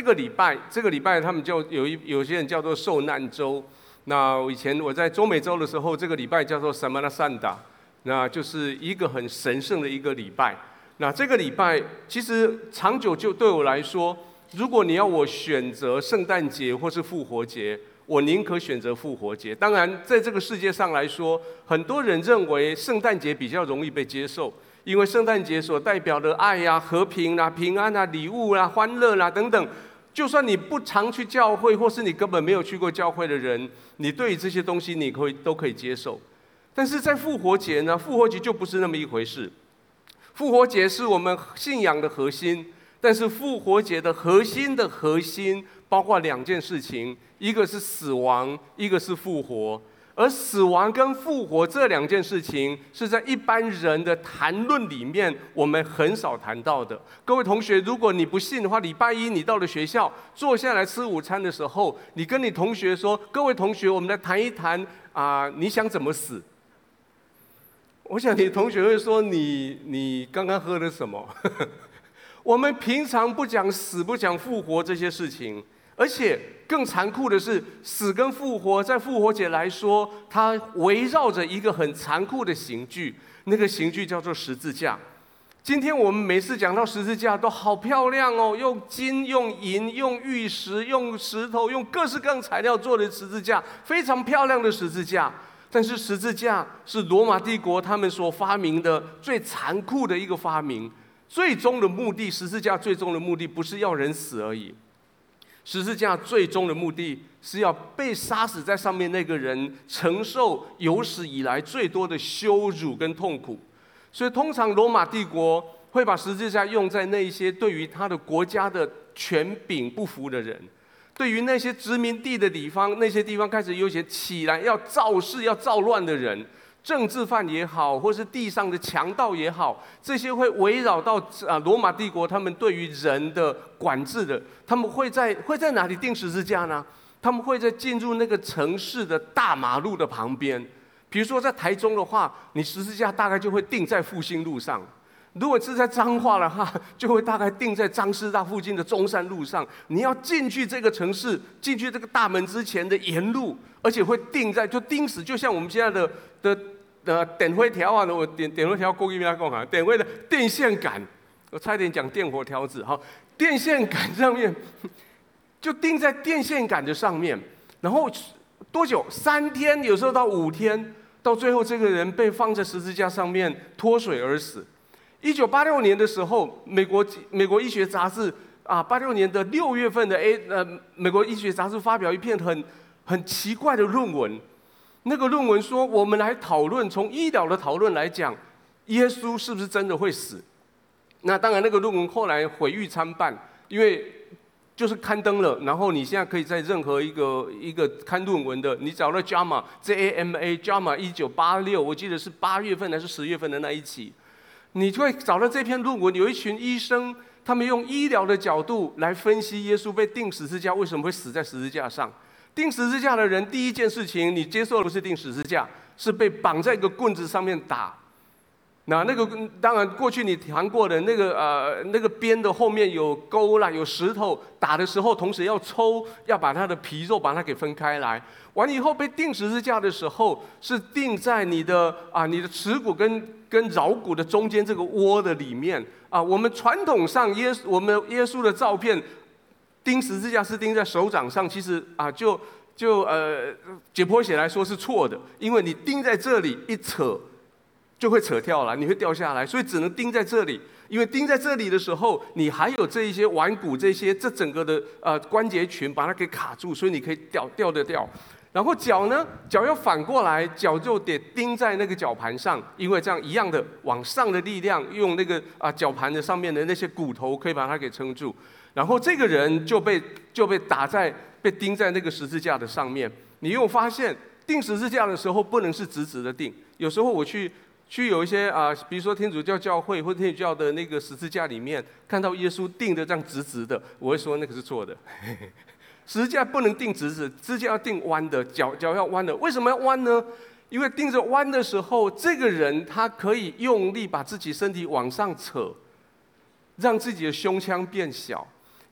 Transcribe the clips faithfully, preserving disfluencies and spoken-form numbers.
个礼拜，这个礼拜他们就有一有些人叫做受难周。那以前我在中美洲的时候，这个礼拜叫做 Semana Santa， 那就是一个很神圣的一个礼拜。那这个礼拜其实长久就对我来说，如果你要我选择圣诞节或是复活节，我宁可选择复活节。当然，在这个世界上来说，很多人认为圣诞节比较容易被接受，因为圣诞节所代表的爱呀、和平啦、平安啦、礼物啦、欢乐啦等等，就算你不常去教会，或是你根本没有去过教会的人，你对于这些东西你可以都可以接受。但是在复活节呢，复活节就不是那么一回事。复活节是我们信仰的核心，但是复活节的核心的核心包括两件事情，一个是死亡，一个是复活。而死亡跟复活这两件事情是在一般人的谈论里面我们很少谈到的。各位同学，如果你不信的话，礼拜一你到了学校坐下来吃午餐的时候，你跟你同学说，各位同学，我们来谈一谈啊，你想怎么死？我想你同学会说，你你刚刚喝了什么？我们平常不讲死，不讲复活这些事情，而且更残酷的是，死跟复活在复活节来说，它围绕着一个很残酷的刑具，那个刑具叫做十字架。今天我们每次讲到十字架都好漂亮哦，用金、用银、用玉石、用石头、用各式各样材料做的十字架，非常漂亮的十字架。但是十字架是罗马帝国他们所发明的最残酷的一个发明。最终的目的，十字架最终的目的不是要人死而已，十字架最终的目的是要被杀死在上面那个人承受有史以来最多的羞辱跟痛苦。所以通常罗马帝国会把十字架用在那一些对于他的国家的权柄不服的人，对于那些殖民地的地方，那些地方开始有些起来要造势要造乱的人，政治犯也好，或是地上的强盗也好，这些会围绕到啊罗马帝国他们对于人的管制的，他们会在会在哪里钉十字架呢？他们会在进入那个城市的大马路的旁边。比如说在台中的话，你十字架大概就会钉在复兴路上；如果是在彰化的话，就会大概钉在彰师大附近的中山路上。你要进去这个城市，进去这个大门之前的沿路，而且会钉在就钉死，就像我们现在的的。呃，电火条啊，我电电火条国语要讲啊，电火的电线杆，我差点讲电火条子哈，电线杆上面就钉在电线杆的上面，然后多久？三天，有时候到五天，到最后这个人被放在十字架上面脱水而死。一九八六年的时候，美国美国医学杂志啊，八六年的六月份的 A 呃美国医学杂志发表一篇很很奇怪的论文。那个论文说，我们来讨论，从医疗的讨论来讲，耶稣是不是真的会死？那当然，那个论文后来毁誉参半，因为就是刊登了，然后你现在可以在任何一个一个刊论文的，你找到 JAMA J A M A JAMA 一九八六，我记得是八月份还是十月份的那一期，你就会找到这篇论文，有一群医生，他们用医疗的角度来分析耶稣被钉十字架为什么会死在十字架上。钉十字架的人，第一件事情，你接受的不是钉十字架，是被绑在一个棍子上面打。那那个当然，过去你谈过的那个呃那个鞭的后面有钩啦，有石头，打的时候同时要抽，要把它的皮肉把它给分开来。完以后被钉十字架的时候，是钉在你的啊你的耻骨跟跟桡骨的中间这个窝的里面啊。我们传统上耶我们耶稣的照片。钉十字架是钉在手掌上，其实啊，就就呃解剖学来说是错的，因为你钉在这里一扯就会扯掉了，你会掉下来，所以只能钉在这里。因为钉在这里的时候，你还有这一些腕骨这些这整个的呃关节群把它给卡住，所以你可以掉掉得掉。然后脚呢，脚要反过来，脚就得钉在那个脚盘上，因为这样一样的往上的力量，用那个啊脚盘的上面的那些骨头可以把它给撑住。然后这个人就被就被打在被钉在那个十字架的上面。你有发现钉十字架的时候不能是直直的钉？有时候我去去有一些啊、呃，比如说天主教教会或天主教的那个十字架里面，看到耶稣钉的这样直直的，我会说那个是错的。十字架不能钉直直，十字架要钉弯的，脚脚要弯的。为什么要弯呢？因为钉着弯的时候，这个人他可以用力把自己身体往上扯，让自己的胸腔变小。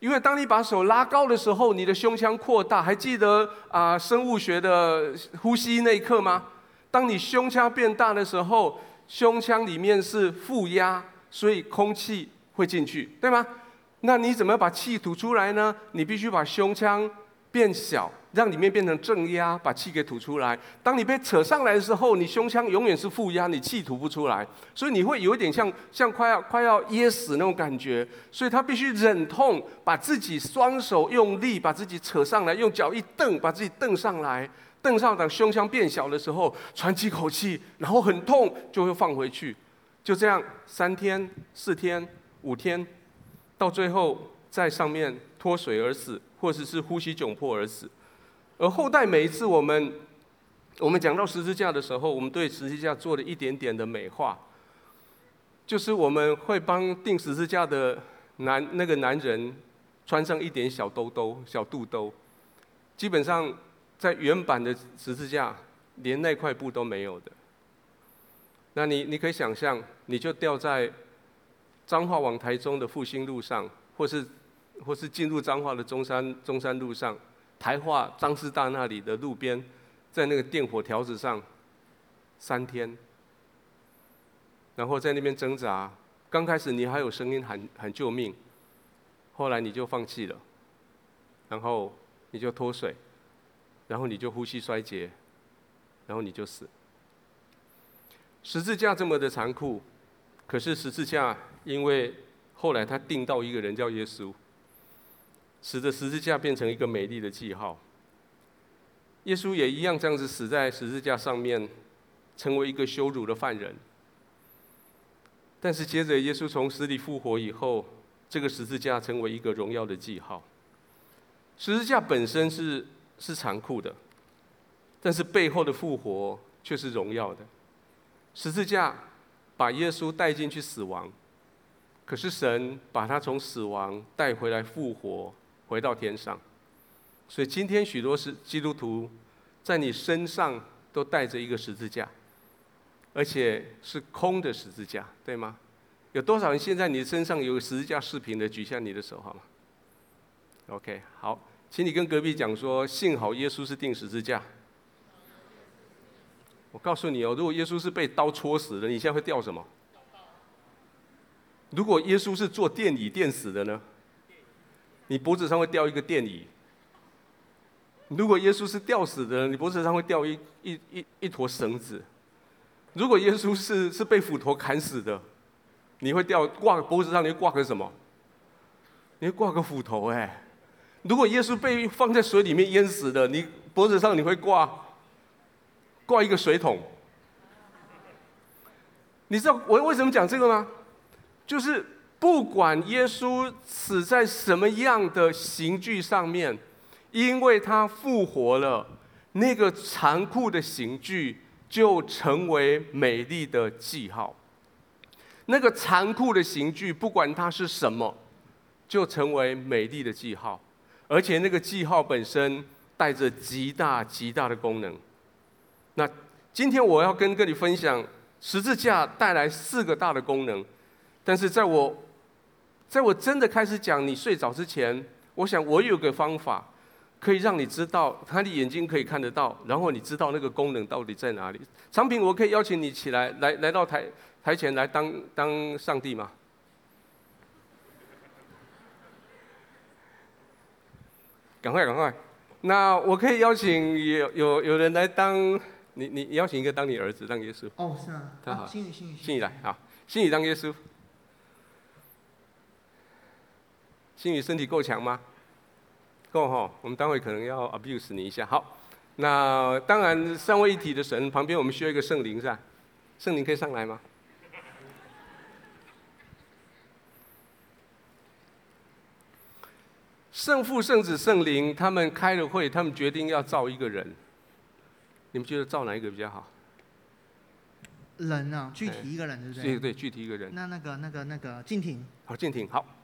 因为当你把手拉高的时候，你的胸腔扩大。还记得啊、呃、生物学的呼吸那一刻吗？当你胸腔变大的时候，胸腔里面是负压，所以空气会进去，对吗？那你怎么把气吐出来呢？你必须把胸腔变小，让里面变成正压，把气给吐出来。当你被扯上来的时候，你胸腔永远是负压，你气吐不出来，所以你会有一点像像快要快要噎死那种感觉。所以他必须忍痛把自己双手用力把自己扯上来，用脚一蹬把自己蹬上来，蹬上等胸腔变小的时候，喘几口气，然后很痛就会放回去。就这样三天、四天、五天，到最后在上面脱水而死，或者是呼吸窘迫而死。而后代每一次我们我们讲到十字架的时候，我们对十字架做了一点点的美化，就是我们会帮钉十字架的男那个男人穿上一点小兜兜、小肚兜。基本上在原版的十字架连那块布都没有的。那你你可以想象，你就掉在彰化往台中的复兴路上，或是或是进入彰化的中山中山路上，台化张师大那里的路边，在那个电火条子上三天，然后在那边挣扎。刚开始你还有声音喊喊救命，后来你就放弃了，然后你就脱水，然后你就呼吸衰竭，然后你就死。十字架这么的残酷，可是十字架因为后来他定到一个人叫耶稣，使得十字架变成一个美丽的记号。耶稣也一样这样子死在十字架上面，成为一个羞辱的犯人。但是接着耶稣从死里复活以后，这个十字架成为一个荣耀的记号。十字架本身是是残酷的，但是背后的复活却是荣耀的。十字架把耶稣带进去死亡，可是神把他从死亡带回来复活，回到天上。所以今天许多是基督徒在你身上都带着一个十字架，而且是空的十字架，对吗？有多少人现在你身上有十字架视频的，举下你的手好吗 ？OK， 好，请你跟隔壁讲说，幸好耶稣是钉十字架。我告诉你哦，如果耶稣是被刀戳死的，你现在会掉什么？如果耶稣是坐电椅电死的呢？你脖子上会掉一个电椅。如果耶稣是吊死的，你脖子上会掉一一一一坨绳子。如果耶稣是是被斧头砍死的，你会掉挂脖子上，你会挂个什么？你会挂个斧头哎、欸。如果耶稣被放在水里面淹死的，你脖子上你会挂挂一个水桶。你知道我为什么讲这个吗？就是不管耶稣死在什么样的刑具上面，因为他复活了，那个残酷的刑具就成为美丽的记号。那个残酷的刑具，不管它是什么，就成为美丽的记号。而且那个记号本身带着极大极大的功能。那今天我要跟跟你分享，十字架带来四个大的功能。但是在我在我真的开始讲你睡着之前，我想我有个方法，可以让你知道，他的眼睛可以看得到，然后你知道那个功能到底在哪里。长平，我可以邀请你起来，来来到台台前来当当上帝吗？赶快赶快！那我可以邀请有有有人来当你你邀请一个当你儿子当耶稣。 哦，是吗？ 他好， 心宇心宇心宇来好，心宇当耶稣。心宇身体够强吗？够哈，我们待会可能要 abuse 你一下。好，那当然三位一体的神旁边我们需要一个圣灵是吧？圣灵可以上来吗？圣父、圣子、圣灵，他们开了会，他们决定要造一个人。你们觉得造哪一个比较好？ 人啊，具体一个人，对不对？ 对对，具体一个人。 那那个那个那个静婷。 好，静婷，好。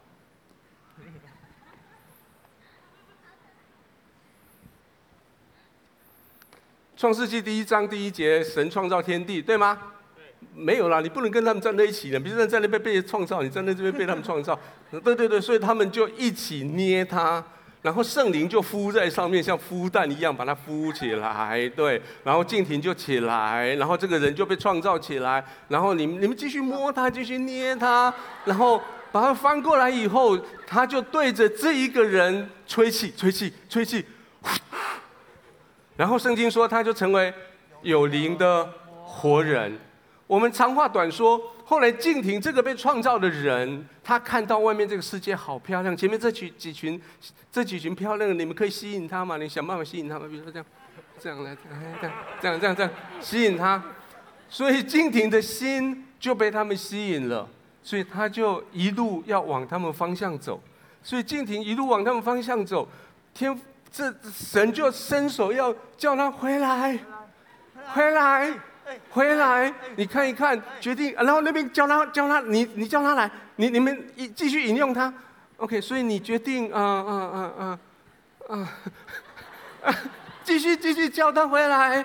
创世纪第一章第一节，神创造天地，对吗？对。 没有啦，你不能跟他们站在一起的，别人在那边被创造，你站在这边被他们创造。对对对，所以他们就一起捏他，然后圣灵就敷在上面，像孵蛋一样把它孵起来。对，然后敬亭就起来，然后这个人就被创造起来，然后你们你们继续摸他，继续捏他，然后把他翻过来以后，他就对着这一个人吹气，吹气，吹气。然后圣经说，他就成为有灵的活人。我们长话短说，后来敬亭这个被创造的人，他看到外面这个世界好漂亮，前面这几几群这几群漂亮的，你们可以吸引他吗？你想办法吸引他们，比如说这样，这样来，这样这样这样这样吸引他。所以敬亭的心就被他们吸引了，所以他就一路要往他们方向走。所以敬亭一路往他们方向走，天。这神就伸手要叫他回来，回来，回来！你看一看，决定，然后那边叫他，叫他，你你叫他来，你你们继续引用他 ，OK？ 所以你决定，啊啊啊啊啊，继续继续叫他回来。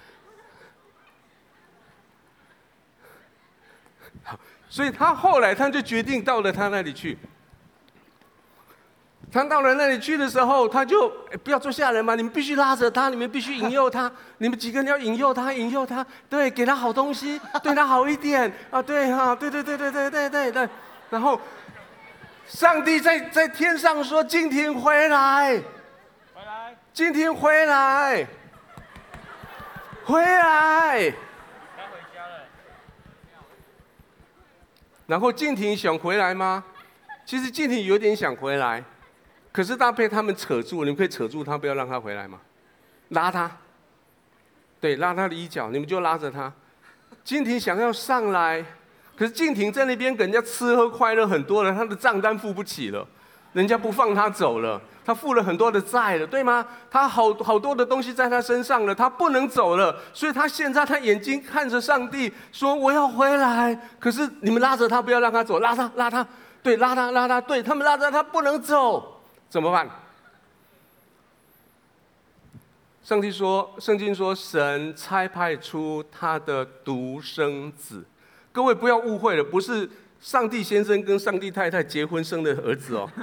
好，所以他后来他就决定到了他那里去。他到了那里去的时候，他就不要做下人嘛，你们必须拉着他，你们必须引诱他，你们几个人要引诱他，引诱他，对，给他好东西，对他好一点啊，对哈，对对对对对对对对，然后上帝在在天上说：“敬亭回来，回来，敬亭回来，回来。”该回家了。然后敬亭想回来吗？其实敬亭有点想回来。可是他被他们扯住，你们可以扯住他，不要让他回来吗？拉他，对，拉他的衣角，你们就拉着他。敬亭想要上来，可是敬亭在那边跟人家吃喝快乐很多了，他的账单付不起了，人家不放他走了，他付了很多的债了，对吗？他好好多的东西在他身上了，他不能走了，所以他现在他眼睛看着上帝说：“我要回来。”可是你们拉着他，不要让他走，拉他，拉他，对，拉他，拉他，对他们拉着他不能走。怎么办？圣经说，圣经说，神差派出他的独生子。各位不要误会了，不是上帝先生跟上帝太太结婚生的儿子哦。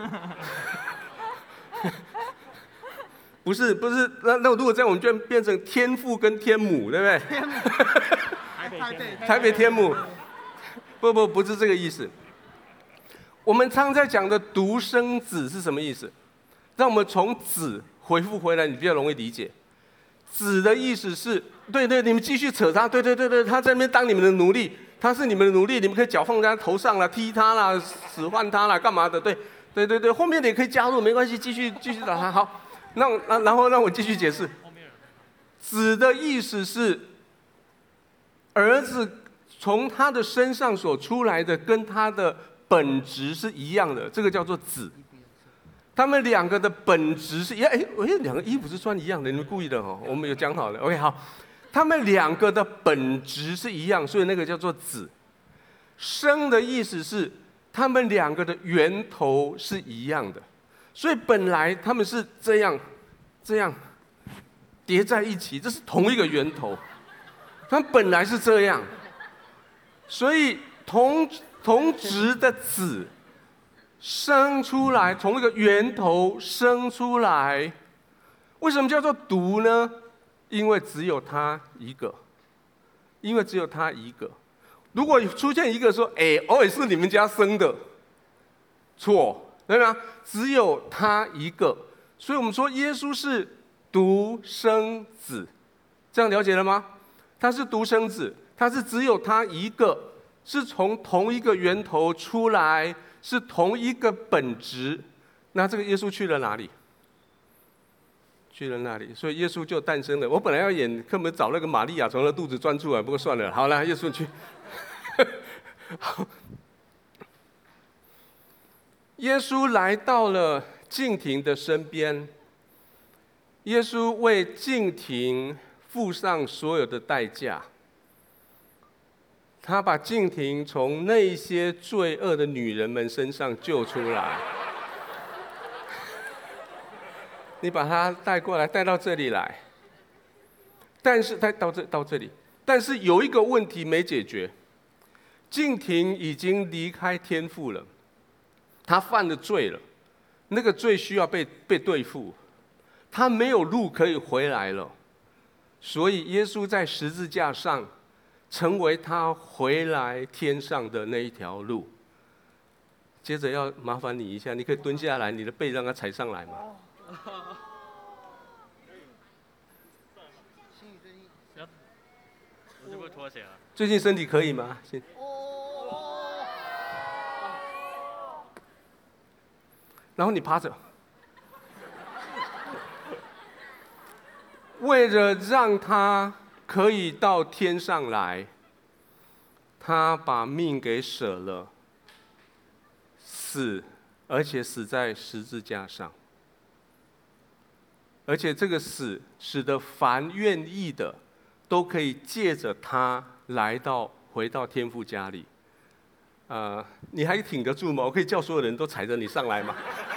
不是不是，那那如果这样，我们就变成天父跟天母，对不对？天母，台北天母，台北天母。不不不是这个意思。我们常在讲的独生子是什么意思？让我们从子回复回来，你比较容易理解。子的意思是，对对，你们继续扯他，对对对对，他在那边当你们的奴隶，他是你们的奴隶，你们可以脚放在他头上啦，踢他啦，使唤他啦，干嘛的？对对对对，后面的也可以加入，没关系，继续继续打他。好，那那然后让我继续解释。子的意思是，儿子从他的身上所出来的，跟他的本质是一样的，这个叫做子。他们两个的本质是一样，哎哎，两个衣服是穿一样的，你们故意的哦，我们有讲好的 ，OK 好。他们两个的本质是一样，所以那个叫做子。生的意思是他们两个的源头是一样的，所以本来他们是这样这样叠在一起，这是同一个源头，他们本来是这样，所以同。同质的子生出来，从一个源头生出来，为什么叫做独呢？因为只有他一个，因为只有他一个。如果出现一个说，哎，偶尔是你们家生的，错，对吗？只有他一个，所以我们说耶稣是独生子，这样了解了吗？他是独生子，他是只有他一个。是从同一个源头出来，是同一个本质。那这个耶稣去了哪里？去了那里，所以耶稣就诞生了。我本来要演，根本找那个玛利亚从他肚子钻出来，不过算了，好了，耶稣去。耶稣来到了敬亭的身边，耶稣为敬亭付上所有的代价。他把敬亭从那些罪恶的女人们身上救出来，你把他带过来，带到这里来。但是带到这到这里，但是有一个问题没解决， 敬亭已经离开天父了，他犯了罪了，那个罪需要被被对付，他没有路可以回来了，所以耶稣在十字架上成为他回来天上的那一条路。接着要麻烦你一下，你可以蹲下来，你的背让他踩上来吗？ 行，我就不脱鞋了。 最近身体可以吗？然后你趴着，为了让他可以到天上来，他把命给舍了，死，而且死在十字架上。而且这个死使得凡愿意的都可以借着他来到回到天父家里。呃，你还挺得住吗？我可以叫所有人都踩着你上来吗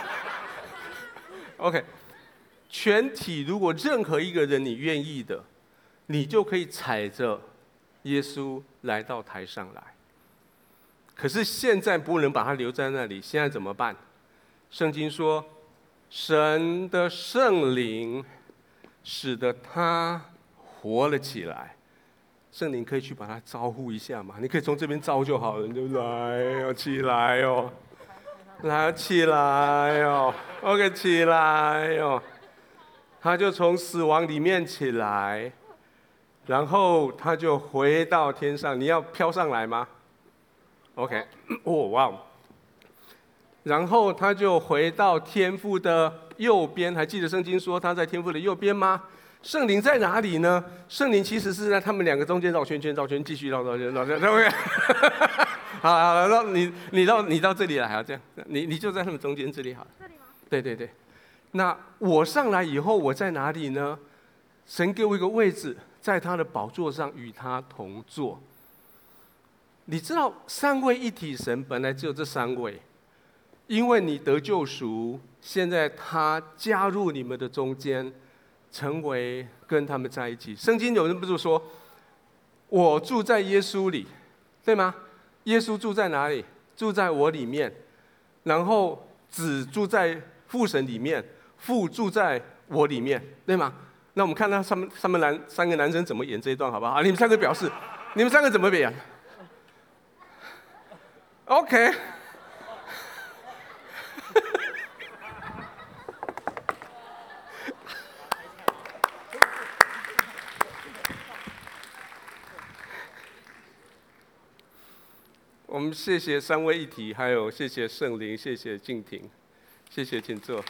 ？OK， 全体如果任何一个人你愿意的，你就可以踩着耶稣来到台上来。可是现在不能把他留在那里，现在怎么办？圣经说，神的圣灵使得他活了起来。圣灵可以去把他招呼一下嘛？你可以从这边招就好了，你就来哦，起来哦，来起来哦 ，OK， 起来哦。他就从死亡里面起来，然后他就回到天上。你要飘上来吗 ？OK， 哦，哇哦。然后他就回到天父的右边，还记得圣经说他在天父的右边吗？圣灵在哪里呢？圣灵其实是在他们两个中间绕圈圈、绕圈，继续绕绕圈绕圈。OK， 好，好，到你你到你到这里来，好，这样，你你就在他们中间这里好了。这里吗？对对对。那我上来以后，我在哪里呢？神给我一个位置，在他的宝座上与他同坐。你知道三位一体神本来只有这三位。因为你得救赎，现在他加入你们的中间，成为跟他们在一起。圣经有人不是说，我住在耶稣里，对吗？耶稣住在哪里？住在我里面，然后子住在父神里面，父住在我里面，对吗？那我们看他他们他们男三个男生怎么演这一段，好不好？你们三个表示，你们三个怎么演 ？OK。我们谢谢三位一体，还有谢谢圣灵，谢谢敬亭，谢谢，请坐。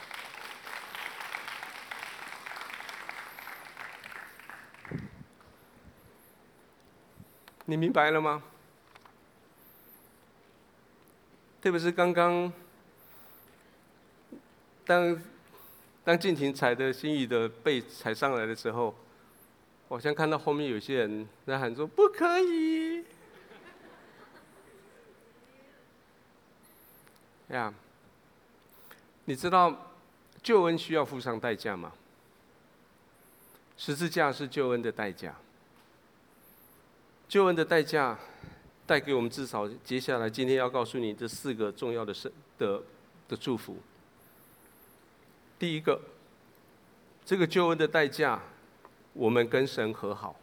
你明白了吗？特别是刚刚，当当敬亭踩着心仪的背踩上来的时候，我好像看到后面有些人在喊说：“不可以！”呀，你知道救恩需要付上代价吗？十字架是救恩的代价。救恩的代价带给我们至少接下来今天要告诉你这四个重要的圣的的祝福。第一个，这个救恩的代价，我们跟神和好。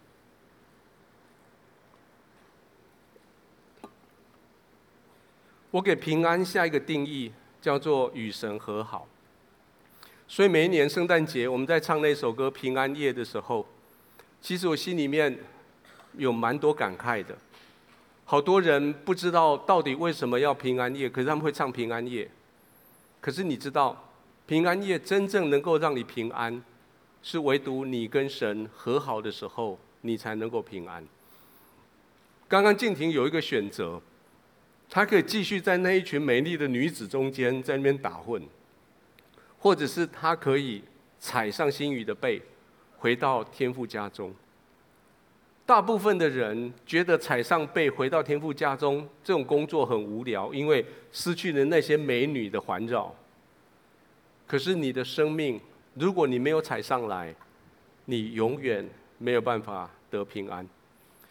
我给平安下一个定义，叫做与神和好。所以每一年圣诞节，我们在唱那首歌《平安夜》的时候，其实我心里面有蛮多感慨的。好多人不知道到底为什么要平安夜，可是他们会唱平安夜。可是你知道，平安夜真正能够让你平安，是唯独你跟神和好的时候，你才能够平安。刚刚敬亭有一个选择。他可以继续在那一群美丽的女子中间在那边打混，或者是他可以踩上星宇的背，回到天父家中。大部分的人觉得踩上背回到天父家中这种工作很无聊，因为失去了那些美女的环绕。可是你的生命，如果你没有踩上来，你永远没有办法得平安。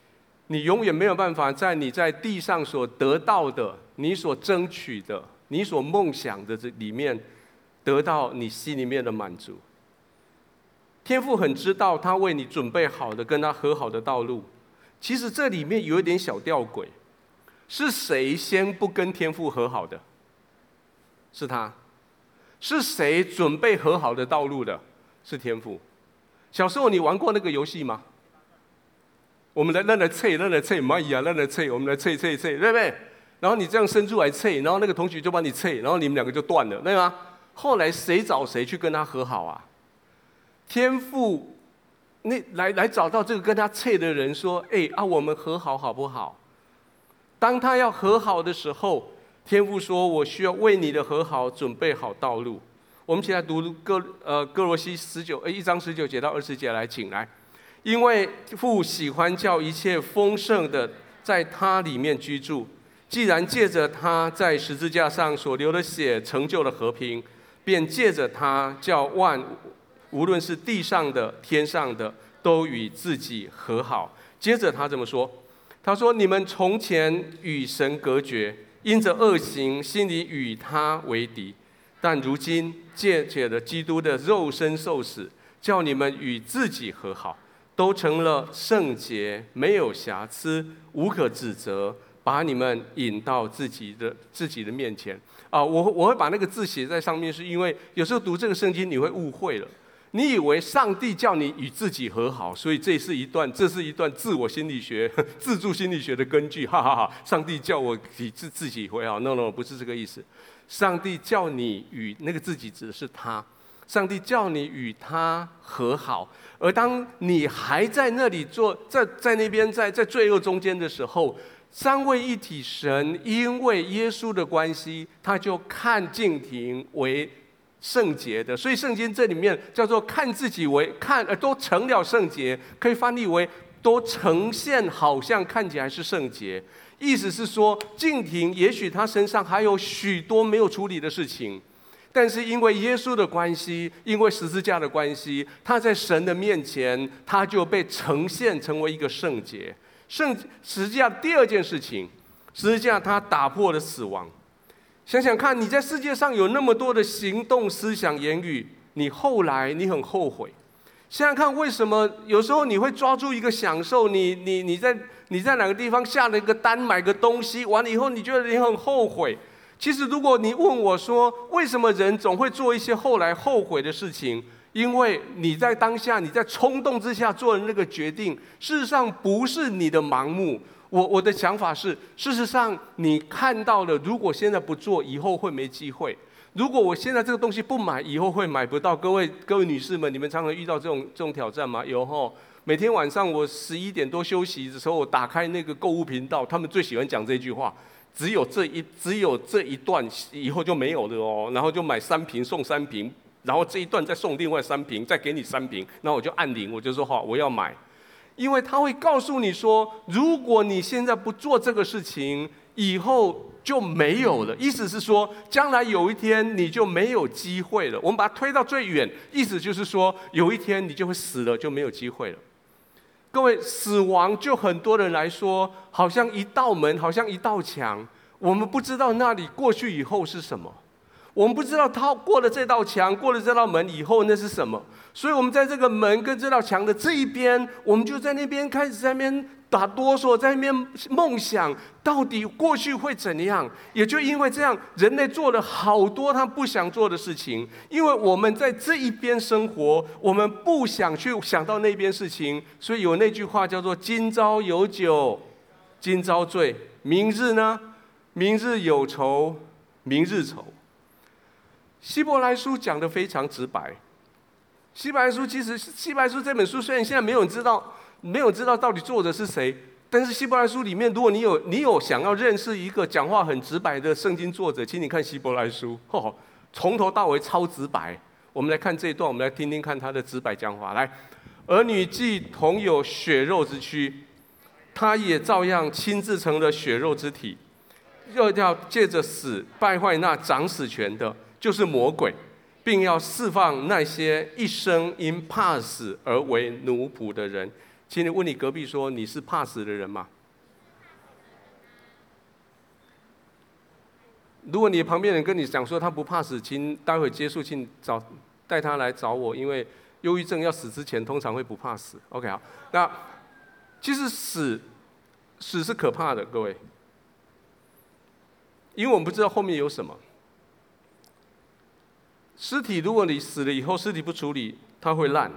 你永远没有办法在你在地上所得到的、你所争取的、你所梦想的这里面，得到你心里面的满足。天父很知道他为你准备好的跟他和好的道路，其实这里面有一点小吊诡，是谁先不跟天父和好的？是他。是谁准备和好的道路的？是天父。小时候你玩过那个游戏吗？我们来让来测，让来测，妈呀，让来测，我们来测测测，对不对？然后你这样伸出来测，然后那个同学就帮你测，然后你们两个就断了，对吗？后来谁找谁去跟他和好啊？天父，那来来找到这个跟他测的人说：“哎啊，我们和好好不好？”当他要和好的时候，天父说：“我需要为你的和好准备好道路。”我们起来读哥呃哥罗西十九呃一章十九节到二十节来，请来。因为父喜欢叫一切丰盛的在他里面居住，既然借着他在十字架上所流的血成就了和平，便借着他叫万无论是地上的天上的都与自己和好。接着他这么说，他说：“你们从前与神隔绝，因着恶行，心里与他为敌。但如今借着了基督的肉身受死，叫你们与自己和好，都成了圣洁，没有瑕疵，无可指责，把你们引到自己的自己的面前。”啊，我我会把那个字写在上面，是因为有时候读这个圣经你会误会了。你以为上帝叫你与自己和好，所以这是一段，这是一段自我心理学、自助心理学的根据，哈哈哈！上帝叫我与自自己和好 ，no no， 不是这个意思。上帝叫你与那个自己指的是他，上帝叫你与他和好，而当你还在那里做，在在那边在在罪恶中间的时候，三位一体神因为耶稣的关系，他就看敬亭为圣洁的，所以圣经这里面叫做看自己为看呃都成了圣洁，可以翻译为都呈现好像看起来是圣洁。意思是说，敬亭也许他身上还有许多没有处理的事情，但是因为耶稣的关系，因为十字架的关系，他在神的面前，他就被呈现成为一个圣洁。圣十字架第二件事情，十字架他打破了死亡。想想看，你在世界上有那么多的行动、思想、言语，你后来你很后悔。想想看，为什么有时候你会抓住一个享受？你你你在你在哪个地方下了一个单，买个东西，完了以后你觉得你很后悔。其实，如果你问我说，为什么人总会做一些后来后悔的事情？因为你在当下，你在冲动之下做的那个决定，事实上不是你的盲目。我我的想法是，事实上你看到了，如果现在不做，以后会没机会。如果我现在这个东西不买，以后会买不到。各位各位女士们，你们常常遇到这种这种挑战吗？有吼。每天晚上我十一点多休息的时候，我打开那个购物频道，他们最喜欢讲这句话：只有这一只有这一段，以后就没有了哦。然后就买三瓶送三瓶，然后这一段再送另外三瓶，再给你三瓶。然后我就按铃，我就说好，我要买。因为他会告诉你说，如果你现在不做这个事情，以后就没有了。意思是说，将来有一天你就没有机会了。我们把它推到最远，意思就是说，有一天你就会死了，就没有机会了。各位，死亡就很多人来说，好像一道门，好像一道墙，我们不知道那里过去以后是什么。我们不知道他过了这道墙，过了这道门以后那是什么，所以我们在这个门跟这道墙的这一边，我们就在那边开始在那边打哆嗦，在那边梦想到底过去会怎样。也就因为这样，人类做了好多他不想做的事情，因为我们在这一边生活，我们不想去想到那边事情，所以有那句话叫做今朝有酒今朝醉，明日呢？明日有愁明日愁。希伯来书讲得非常直白。希伯来书其实，希伯来书这本书虽然现在没有人知道，没有知道到底作者是谁，但是希伯来书里面，如果你有你有想要认识一个讲话很直白的圣经作者，请你看希伯来书，哦，从头到尾超直白。我们来看这一段，我们来听听看他的直白讲话。来，儿女既同有血肉之躯，他也照样亲自成了血肉之体，又要借着死败坏那掌死权的，就是魔鬼，并要释放那些一生因怕死而为奴仆的人。请你问你隔壁说，你是怕死的人吗？ 如果你旁边人跟你讲说他不怕死，请待会结束请找带他来找我，因为忧郁症要死之前通常会不怕死。OK 好，那其实死死是可怕的，各位，因为我们不知道后面有什么。尸体如果你死了以后，尸体不处理，它会烂。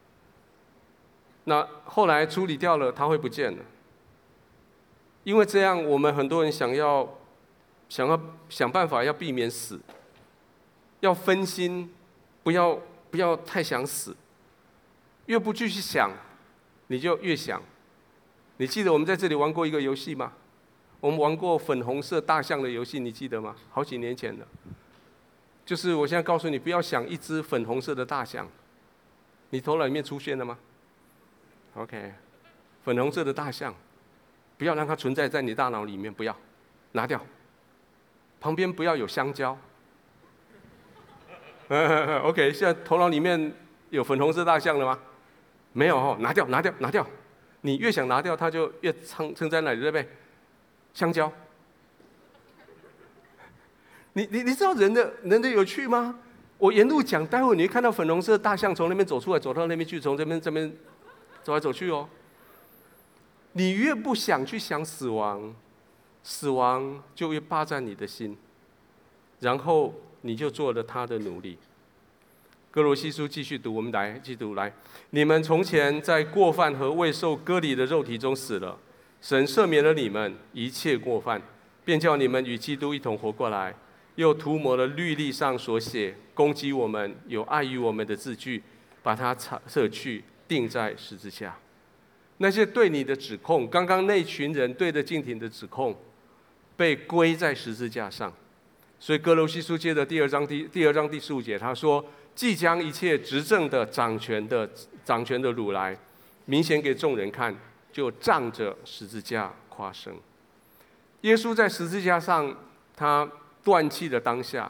那后来处理掉了，它会不见了。因为这样，我们很多人想要想要想办法要避免死，要分心，不要不要太想死。越不继续想，你就越想。你记得我们在这里玩过一个游戏吗？我们玩过粉红色大象的游戏，你记得吗？好几年前的。就是我现在告诉你，不要想一只粉红色的大象，你头脑里面出现了吗 ？OK， 粉红色的大象，不要让它存在在你大脑里面，不要拿掉。旁边不要有香蕉。OK， 现在头脑里面有粉红色大象了吗？没有哦，拿掉，拿掉，拿掉。你越想拿掉，它就越撑撑在那里，对不对？香蕉。你你你知道人的人的有趣吗？我沿路讲，待会你会看到粉红色大象从那边走出来，走到那边去，从这边这边走来走去哦。你越不想去想死亡，死亡就越霸占你的心，然后你就做了他的奴隶。哥罗西书继续读，我们来继续读来。你们从前在过犯和未受割礼的肉体中死了，神赦免了你们一切过犯，便叫你们与基督一同活过来。又涂抹了律例上所写攻击我们、有碍于我们的字句，把它撤去，钉在十字架。那些对你的指控，刚刚那群人对着敬亭的指控，被归在十字架上。所以哥罗西书接着第二章第第二章第十五节，他说：“即将一切执政的、掌权的、掌权的掳来，明显给众人看，就仗着十字架夸胜。”耶稣在十字架上，他断气的当下，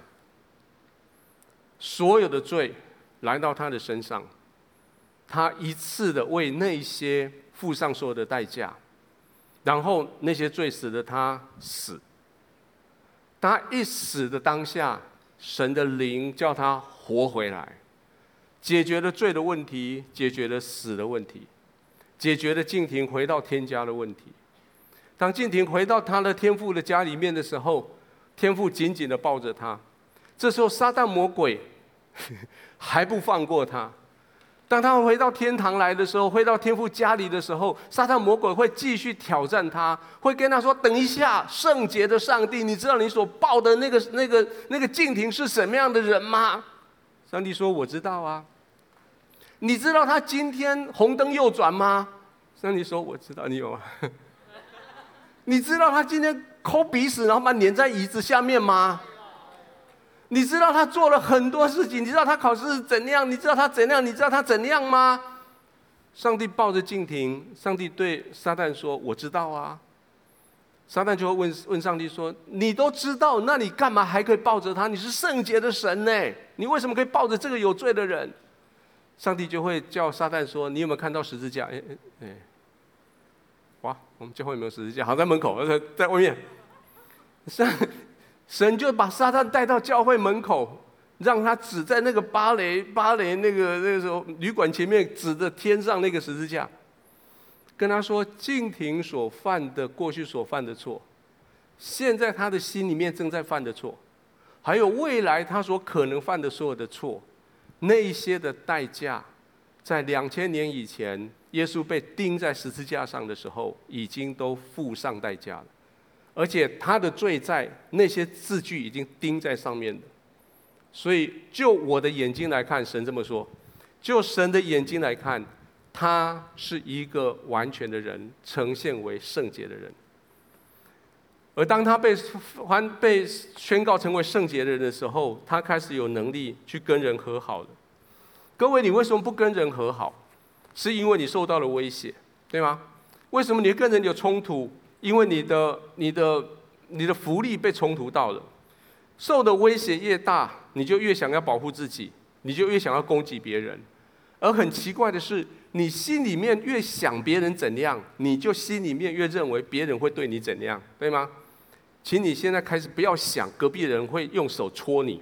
所有的罪来到他的身上，他一次的为那些付上所有的代价，然后那些罪使得他死。他一死的当下，神的灵叫他活回来，解决了罪的问题，解决了死的问题，解决了敬亭回到天家的问题。当敬亭回到他的天父的家里面的时候，天父紧紧地抱着他，这时候撒旦魔鬼还不放过他。当他回到天堂来的时候，回到天父家里的时候，撒旦魔鬼会继续挑战他，会跟他说：“等一下，圣洁的上帝，你知道你所抱的那个、那个、那个敬亭是什么样的人吗？”上帝说：“我知道啊。”你知道他今天红灯右转吗？上帝说：“我知道，你有啊。”你知道他今天抠鼻屎，然后把它粘在椅子下面吗？你知道他做了很多事情，你知道他考试怎样？你知道他怎样？你知道他怎样吗？上帝抱着敬亭，上帝对撒旦说：“我知道啊。”撒旦就会问问上帝说：“你都知道，那你干嘛还可以抱着他？你是圣洁的神呢，你为什么可以抱着这个有罪的人？”上帝就会叫撒旦说：“你有没有看到十字架？”哎哎哎。哇，我们教会有没有十字架？好，在门口，在在外面。神神就把撒旦带到教会门口，让他指在那个芭蕾芭蕾那个那个时候旅馆前面，指着天上那个十字架，跟他说：敬亭所犯的过去所犯的错，现在他的心里面正在犯的错，还有未来他所可能犯的所有的错，那一些的代价，在两千年以前。耶稣被钉在十字架上的时候，已经都付上代价了，而且他的罪在那些字句已经钉在上面的。所以，就我的眼睛来看，神这么说；就神的眼睛来看，他是一个完全的人，呈现为圣洁的人。而当他被还被宣告成为圣洁的人的时候，他开始有能力去跟人和好了。各位，你为什么不跟人和好？是因为你受到了威胁，对吗？为什么你跟人有冲突？因为你的、你的、你的福利被冲突到了。受的威胁越大，你就越想要保护自己，你就越想要攻击别人。而很奇怪的是，你心里面越想别人怎样，你就心里面越认为别人会对你怎样，对吗？ 请你现在开始不要想隔壁人会用手戳你，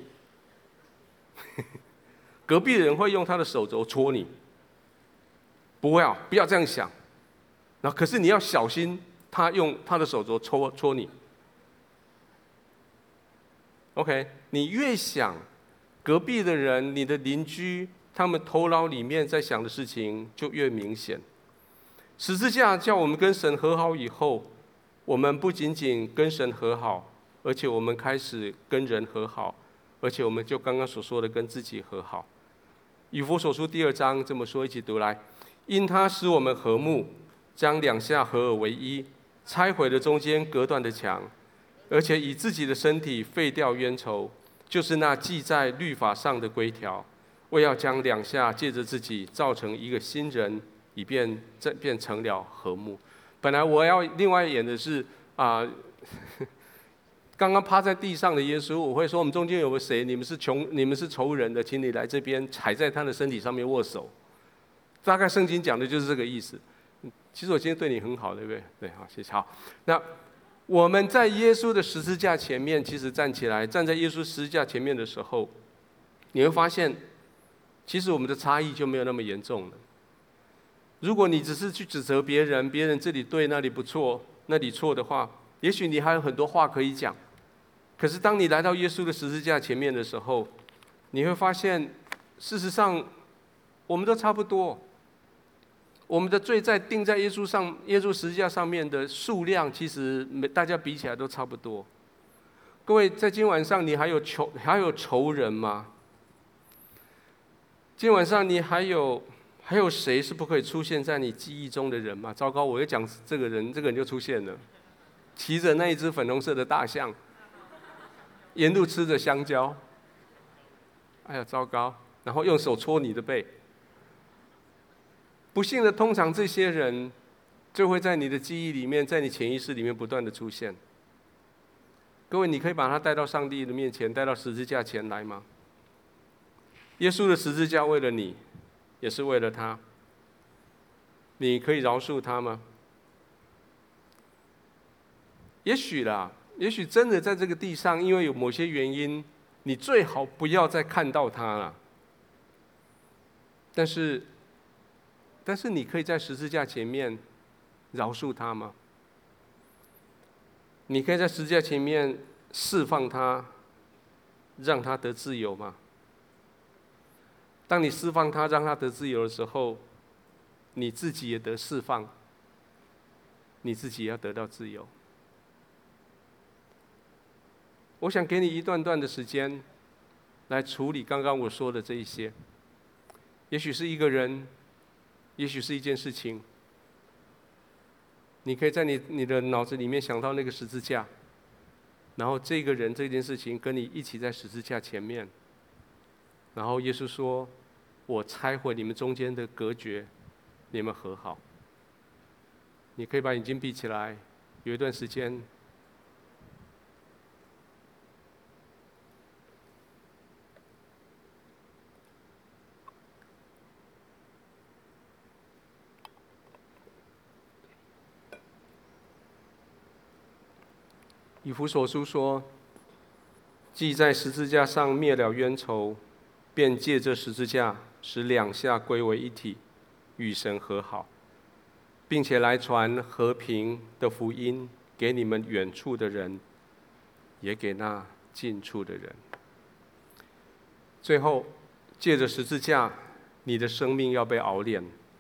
隔壁人会用他的手肘戳你，不要不要这样想。那可是你要小心，他用他的手肘戳戳你。OK， 你越想隔壁的人、你的邻居，他们头脑里面在想的事情就越明显。十字架叫我们跟神和好以后，我们不仅仅跟神和好，而且我们开始跟人和好，而且我们就刚刚所说的跟自己和好。以弗所书第二章这么说，一起读来：因他使我们和睦，将两下合而为一，拆毁了中间隔断的墙，而且以自己的身体废掉冤仇，就是那记在律法上的规条，为要将两下借着自己造成一个新人，以便这变成了和睦。本来我要另外演的是啊、呃，刚刚趴在地上的耶稣，我会说我们中间有个谁，你们是穷，你们是仇人的，请你来这边踩在他的身体上面握手。大概圣经讲的就是这个意思。其实我今天对你很好，对不对？对，好，谢谢。好，那我们在耶稣的十字架前面，其实站起来，站在耶稣十字架前面的时候，你会发现，其实我们的差异就没有那么严重了。如果你只是去指责别人，别人这里对那里不错，那里错的话，也许你还有很多话可以讲。可是当你来到耶稣的十字架前面的时候，你会发现，事实上我们都差不多。我们的罪在钉在耶稣上，耶稣十字架上面的数量，其实大家比起来都差不多。各位，在今天晚上，你还有仇还有仇人吗？今天晚上你还有还有谁是不可以出现在你记忆中的人吗？糟糕，我又讲这个人，这个人就出现了，骑着那一只粉红色的大象，沿路吃着香蕉。哎呀，糟糕！然后用手戳你的背。不幸的，通常这些人就会在你的记忆里面，在你潜意识里面不断的出现。各位，你可以把他带到上帝的面前，带到十字架前来吗？耶稣的十字架为了你，也是为了他。你可以饶恕他吗？也许啦，也许真的在这个地上，因为有某些原因，你最好不要再看到他了。但是。但是你可以在十字架前面饶恕他吗？你可以在十字架前面释放他，让他得自由吗？当你释放他，让他得自由的时候，你自己也得释放，你自己也要得到自由。我想给你一段段的时间，来处理刚刚我说的这一些。也许是一个人。也许是一件事情，你可以在你你的脑子里面想到那个十字架，然后这个人这件事情跟你一起在十字架前面，然后耶稣说：“我拆毁你们中间的隔绝，你们和好。”你可以把眼睛闭起来，有一段时间。以弗所书说：“既在十字架上灭了冤仇，便借着十字架使两下归为一体，与神和好，并且来传和平的福音给你们远处的人，也给那近处的人。”最后，借着十字架，你的生命要被熬炼。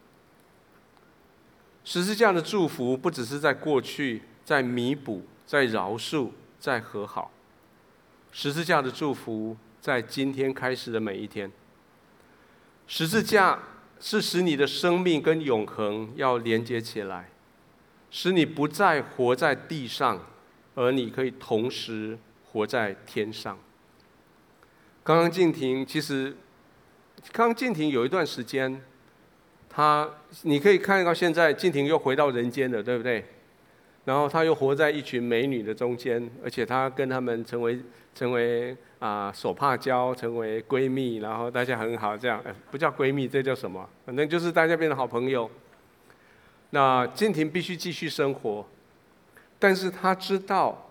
十字架的祝福不只是在过去，在弥补。在饶恕，在和好。十字架的祝福在今天开始的每一天。十字架是使你的生命跟永恒要连接起来，使你不再活在地上，而你可以同时活在天上。刚刚静婷，其实刚刚静婷有一段时间，她你可以看到现在静婷又回到人间了，对不对？然后她又活在一群美女的中间，而且她跟她们成为成为啊、呃、手帕交，成为闺蜜，然后大家很好，这样、呃、不叫闺蜜，这叫什么？反正就是大家变成好朋友。那静婷必须继续生活，但是她知道，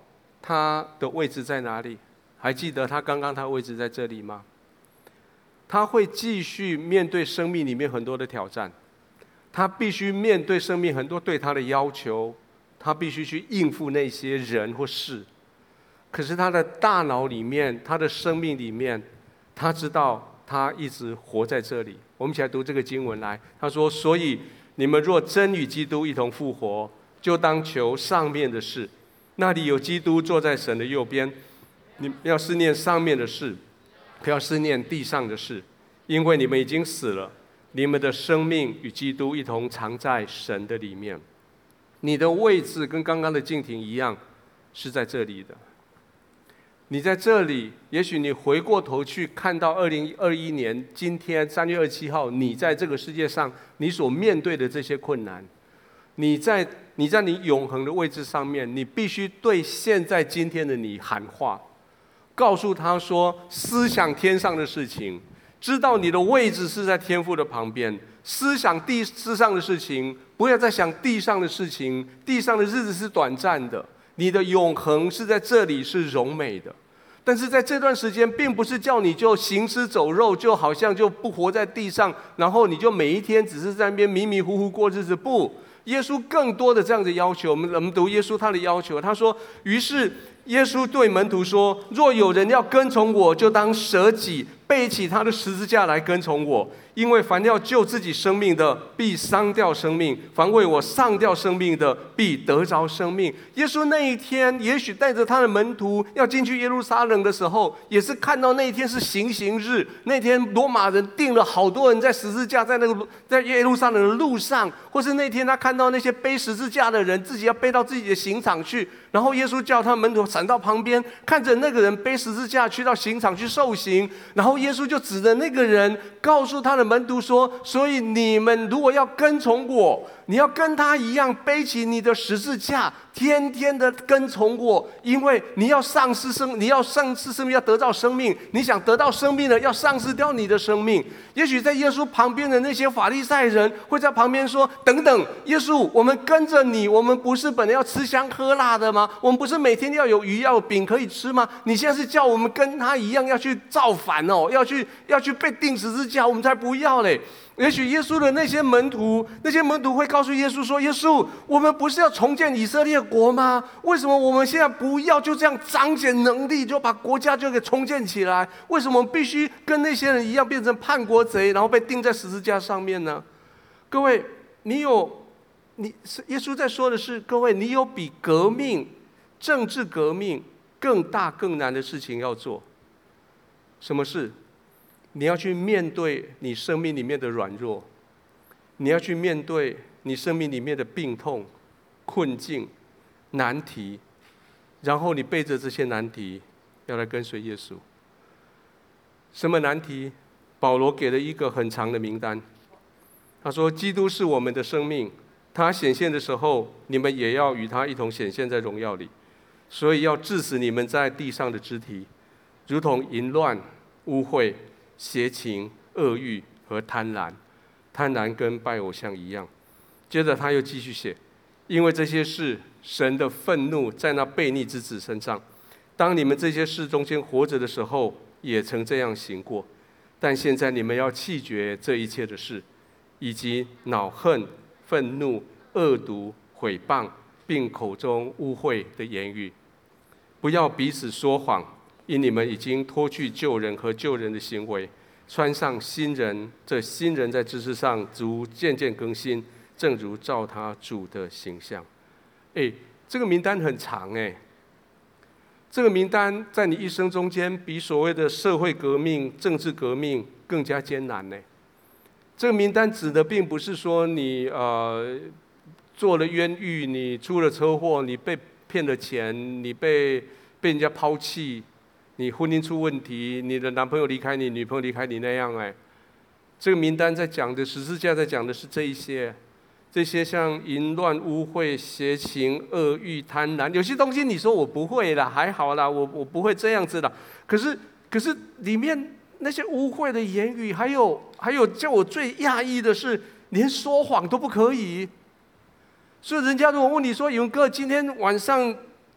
他的位置在哪里？还记得他刚刚他位置在这里吗？他会继续面对生命里面很多的挑战，他必须面对生命很多对他的要求，他必须去应付那些人或事。可是他的大脑里面，他的生命里面，他知道他一直活在这里。我们一起来读这个经文来。他说：所以你们若真与基督一同复活，就当求上面的事，那里有基督坐在神的右边。你们要思念上面的事，不要思念地上的事，因为你们已经死了，你们的生命与基督一同藏在神的里面。你的位置跟刚刚的敬亭一样，是在这里的。你在这里，也许你回过头去看到二零二一年今天三月二十七号，你在这个世界上你所面对的这些困难，你在你在你永恒的位置上面，你必须对现在今天的你喊话，告诉他说：思想天上的事情，知道你的位置是在天父的旁边，思想地之上的事情，不要再想地上的事情。地上的日子是短暂的，你的永恒是在这里，是荣美的。但是在这段时间，并不是叫你就行尸走肉，就好像就不活在地上，然后你就每一天只是在那边迷迷糊糊过日子。不，耶稣更多的这样的要求。我们我们读耶稣他的要求，他说：于是耶稣对门徒说：若有人要跟从我，就当舍己，背起他的十字架来跟从我。因为凡要救自己生命的，必丧掉生命；凡为我丧掉生命的，必得着生命。耶稣那一天，也许带着他的门徒要进去耶路撒冷的时候，也是看到那一天是行刑日。那天罗马人定了好多人在十字架，在那个在耶路撒冷的路上，或是那天他看到那些背十字架的人，自己要背到自己的刑场去。然后耶稣叫他门徒闪到旁边，看着那个人背十字架去到刑场去受刑。然后耶稣就指着那个人，告诉他的门徒说：所以你们如果要跟从我，你要跟他一样背起你的十字架，天天的跟从我。因为你要丧失生，你要丧失生命，要得到生命。你想得到生命的，要丧失掉你的生命。也许在耶稣旁边的那些法利赛人会在旁边说：等等，耶稣，我们跟着你，我们不是本来要吃香喝辣的吗？我们不是每天要有鱼要有饼可以吃吗？你现在是叫我们跟他一样要去造反哦，要去要去被钉十字架，我们才不要嘞。也许耶稣的那些门徒，那些门徒会告诉耶稣说：耶稣，我们不是要重建以色列国吗？为什么我们现在不要就这样彰显能力，就把国家就给重建起来？为什么我们必须跟那些人一样变成叛国贼，然后被钉在十字架上面呢？各位，你有你耶稣在说的是，各位，你有比革命、政治革命更大更难的事情要做。什么事？你要去面对你生命里面的软弱，你要去面对你生命里面的病痛、困境、难题，然后你背着这些难题要来跟随耶稣。什么难题？保罗给了一个很长的名单。他说：基督是我们的生命，他显现的时候，你们也要与他一同显现在荣耀里。所以要治死你们在地上的肢体，如同淫乱、污秽、邪情、恶欲和贪婪。贪婪跟拜偶像一样。接着他又继续写：因为这些事，神的愤怒在那悖逆之子身上。当你们这些事中间活着的时候，也曾这样行过。但现在你们要弃绝这一切的事，以及恼恨、愤怒、恶毒、毁谤，并口中污秽的言语。不要彼此说谎，因你们已经脱去旧人和旧人的行为，穿上新人。这新人在知识上逐渐渐更新，正如照他主的形象。哎，这个名单很长哎。这个名单在你一生中间，比所谓的社会革命、政治革命更加艰难呢。这个名单指的并不是说你呃做了冤狱，你出了车祸，你被骗了钱，你被被人家抛弃，你婚姻出问题，你的男朋友离开你，女朋友离开你那样哎。这个名单在讲的，十字架在讲的是这一些。这些像淫乱、污秽、邪情、恶欲、贪婪，有些东西你说我不会啦，还好啦，我我不会这样子啦。可是，可是里面那些污秽的言语，还有还有叫我最讶异的是，连说谎都不可以。所以人家如果问你说，勇哥今天晚上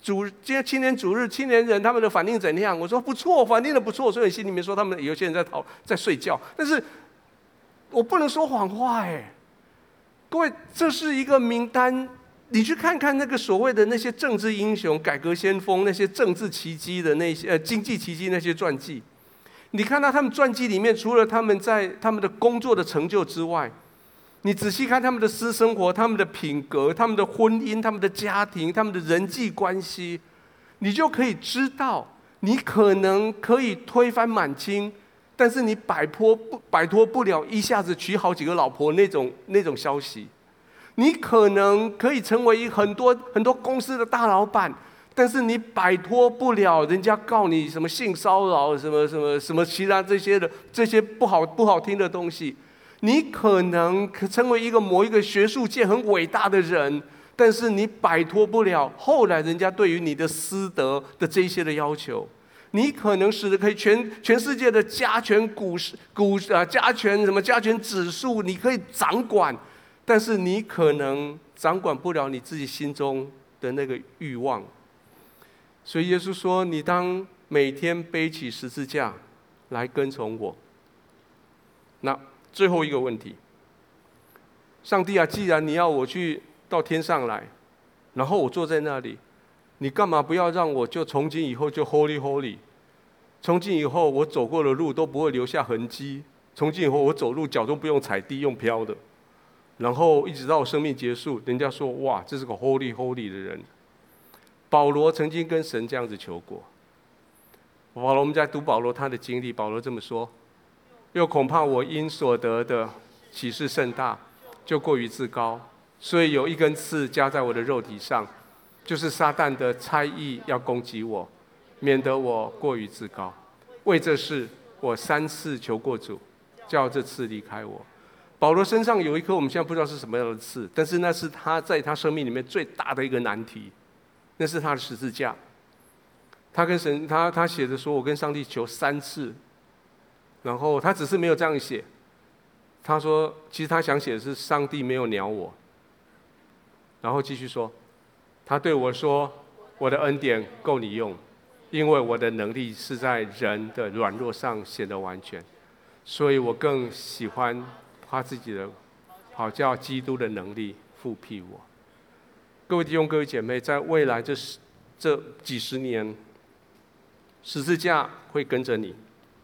主今天青年主日，青年人他们的反应怎样？我说不错，反应的不错。所以心里面说他们有些人在讨在睡觉，但是我不能说谎话哎。各位，这是一个名单，你去看看那个所谓的那些政治英雄、改革先锋、那些政治奇迹的那些呃经济奇迹那些传记，你看到他们传记里面，除了他们在他们的工作的成就之外，你仔细看他们的私生活、他们的品格、他们的婚姻、他们的家庭、他们的人际关系，你就可以知道，你可能可以推翻满清，但是你摆脱不摆脱不了一下子娶好几个老婆那种那种消息。你可能可以成为很多很多公司的大老板，但是你摆脱不了人家告你什么性骚扰、什么什么什么其他这些的这些不好不好听的东西。你可能成为一个某一个学术界很伟大的人，但是你摆脱不了后来人家对于你的私德的这些的要求。你可能使得可以全全世界的加权股市股啊加权什么加权指数，你可以掌管，但是你可能掌管不了你自己心中的那个欲望。所以耶稣说：“你当每天背起十字架来跟从我。”那最后一个问题，上帝啊，既然你要我去到天上来，然后我坐在那里，你干嘛不要让我就从今以后就 holy holy？ 从今以后我走过的路都不会留下痕迹，从今以后我走路脚都不用踩地，用飘的，然后一直到我生命结束，人家说哇，这是个 holy holy 的人。保罗曾经跟神这样子求过。保罗，我们在读保罗他的经历，保罗这么说：又恐怕我因所得的启示甚大，就过于自高，所以有一根刺加在我的肉体上，就是撒旦的猜疑要攻击我，免得我过于自高。为这事，我三次求过主，叫这刺离开我。保罗身上有一颗我们现在不知道是什么样的刺，但是那是他在他生命里面最大的一个难题，那是他的十字架。他跟神，他他写着说：“我跟上帝求三次。”然后他只是没有这样写，他说其实他想写的是上帝没有鸟我。然后继续说，他对我说：“我的恩典够你用，因为我的能力是在人的软弱上显得完全，所以我更喜欢他自己的，好叫基督的能力复辟我。”各位弟兄、各位姐妹，在未来这这几十年，十字架会跟着你。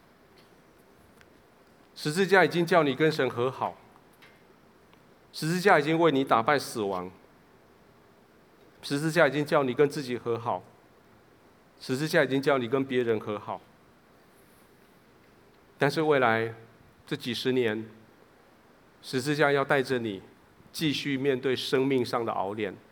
十字架已经叫你跟神和好，十字架已经为你打败死亡，十字架已经叫你跟自己和好，十字架已经叫你跟别人和好。但是未来这几十年，十字架要带着你继续面对生命上的熬炼。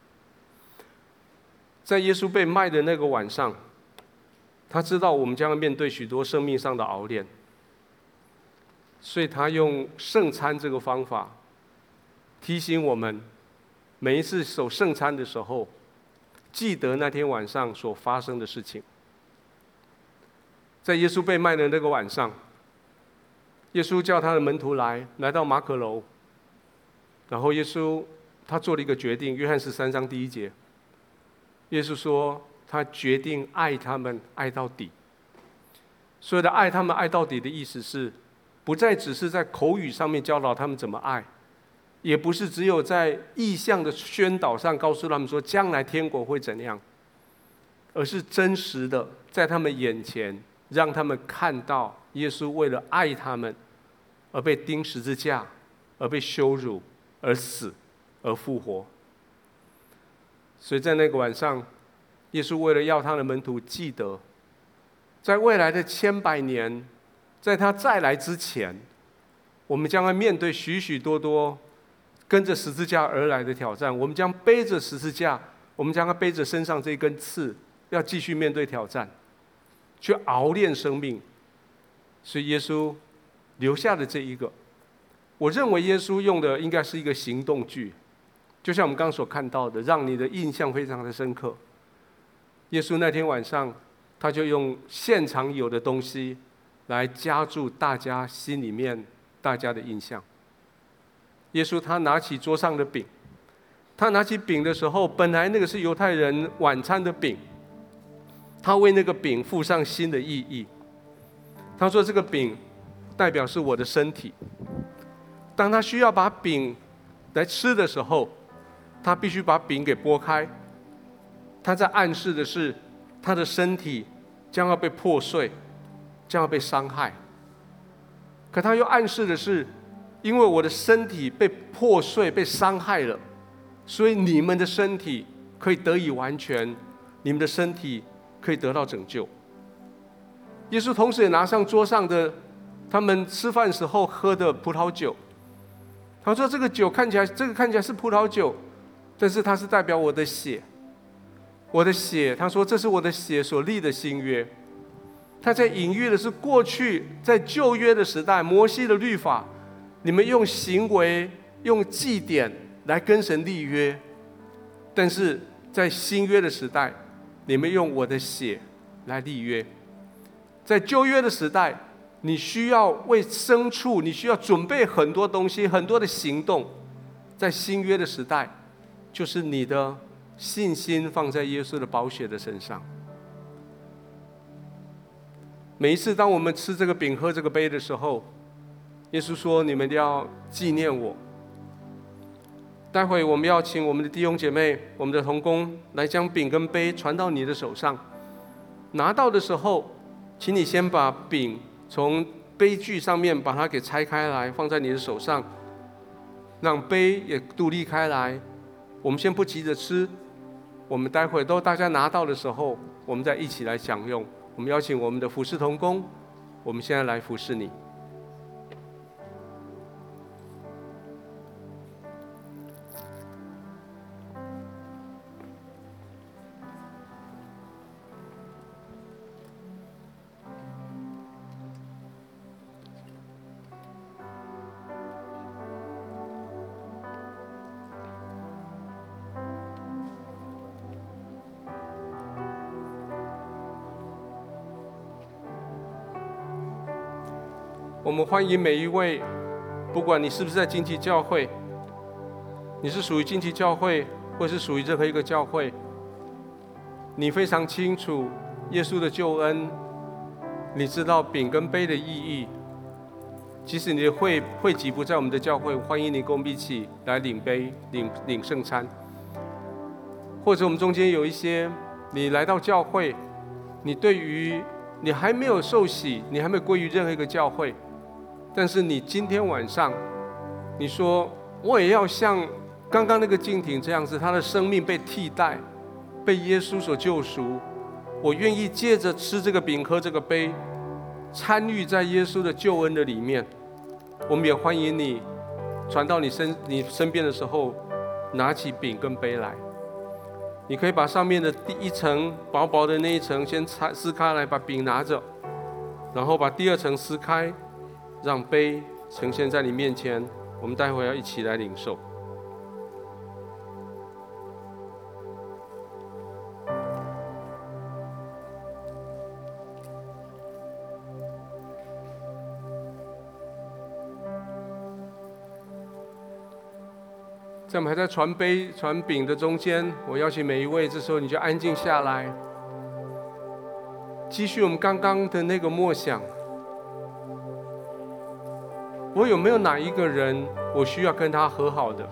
在耶稣被卖的那个晚上，他知道我们将要面对许多生命上的熬炼，所以他用圣餐这个方法提醒我们，每一次守圣餐的时候，记得那天晚上所发生的事情。在耶稣被卖的那个晚上，耶稣叫他的门徒来，来到马可楼，然后耶稣他做了一个决定，约翰十三章第一节，耶稣说他决定爱他们，爱到底。所有的爱他们爱到底的意思是，不再只是在口语上面教导他们怎么爱，也不是只有在意象的宣导上告诉他们说将来天国会怎样，而是真实的在他们眼前，让他们看到耶稣为了爱他们而被钉十字架，而被羞辱，而死，而复活。所以在那个晚上，耶稣为了要他的门徒记得，在未来的千百年，在他再来之前，我们将要面对许许多多跟着十字架而来的挑战。我们将背着十字架，我们将要背着身上这根刺，要继续面对挑战，去熬炼生命。所以耶稣留下的这一个，我认为耶稣用的应该是一个行动句，就像我们刚刚所看到的，让你的印象非常的深刻。耶稣那天晚上，他就用现场有的东西来加注大家心里面大家的印象。耶稣他拿起桌上的饼， 他拿起饼的时候，本来那个是犹太人晚餐的饼，他为那个饼附上新的意义。他说这个饼代表是我的身体。当他需要把饼来吃的时候，他必须把饼给拨开。他在暗示的是他的身体将要被破碎，将要被伤害。可他又暗示的是，因为我的身体被破碎、被伤害了，所以你们的身体可以得以完全，你们的身体可以得到拯救。耶稣同时也拿上桌上的他们吃饭时候喝的葡萄酒，他说这个酒看起来，这个看起来是葡萄酒，但是它是代表我的血，我的血。他说这是我的血所立的新约。他在隐喻的是过去在旧约的时代，摩西的律法，你们用行为、用祭典来跟神立约，但是在新约的时代，你们用我的血来立约。在旧约的时代，你需要为牲畜，你需要准备很多东西，很多的行动。在新约的时代，就是你的信心放在耶稣的宝血的身上。每一次当我们吃这个饼、喝这个杯的时候，耶稣说：“你们要纪念我。”待会我们要请我们的弟兄姐妹、我们的同工来将饼跟杯传到你的手上。拿到的时候，请你先把饼从杯具上面把它给拆开来，放在你的手上，让杯也独立开来。我们先不急着吃，我们待会都大家拿到的时候，我们再一起来享用。我们邀请我们的服侍同工，我们现在来服侍你。我们欢迎每一位，不管你是不是在荆棘教会，你是属于荆棘教会，或是属于任何一个教会，你非常清楚耶稣的救恩，你知道饼跟杯的意义。即使你的会会籍不在我们的教会，欢迎你跟我们一起来领杯、领领圣餐。或者我们中间有一些，你来到教会，你对于你还没有受洗，你还没有归于任何一个教会。但是你今天晚上，你说我也要像刚刚那个敬亭这样子，他的生命被替代，被耶稣所救赎。我愿意借着吃这个饼、喝这个杯，参与在耶稣的救恩的里面。我们也欢迎你传到你身你身边的时候，拿起饼跟杯来。你可以把上面的第一层薄薄的那一层先撕开来，把饼拿着，然后把第二层撕开，让杯呈现在你面前，我们待会要一起来领受。在我们还在传杯、传饼的中间，我邀请每一位，这时候你就安静下来，继续我们刚刚的那个默想。我有没有哪一个人，我需要跟他和好的？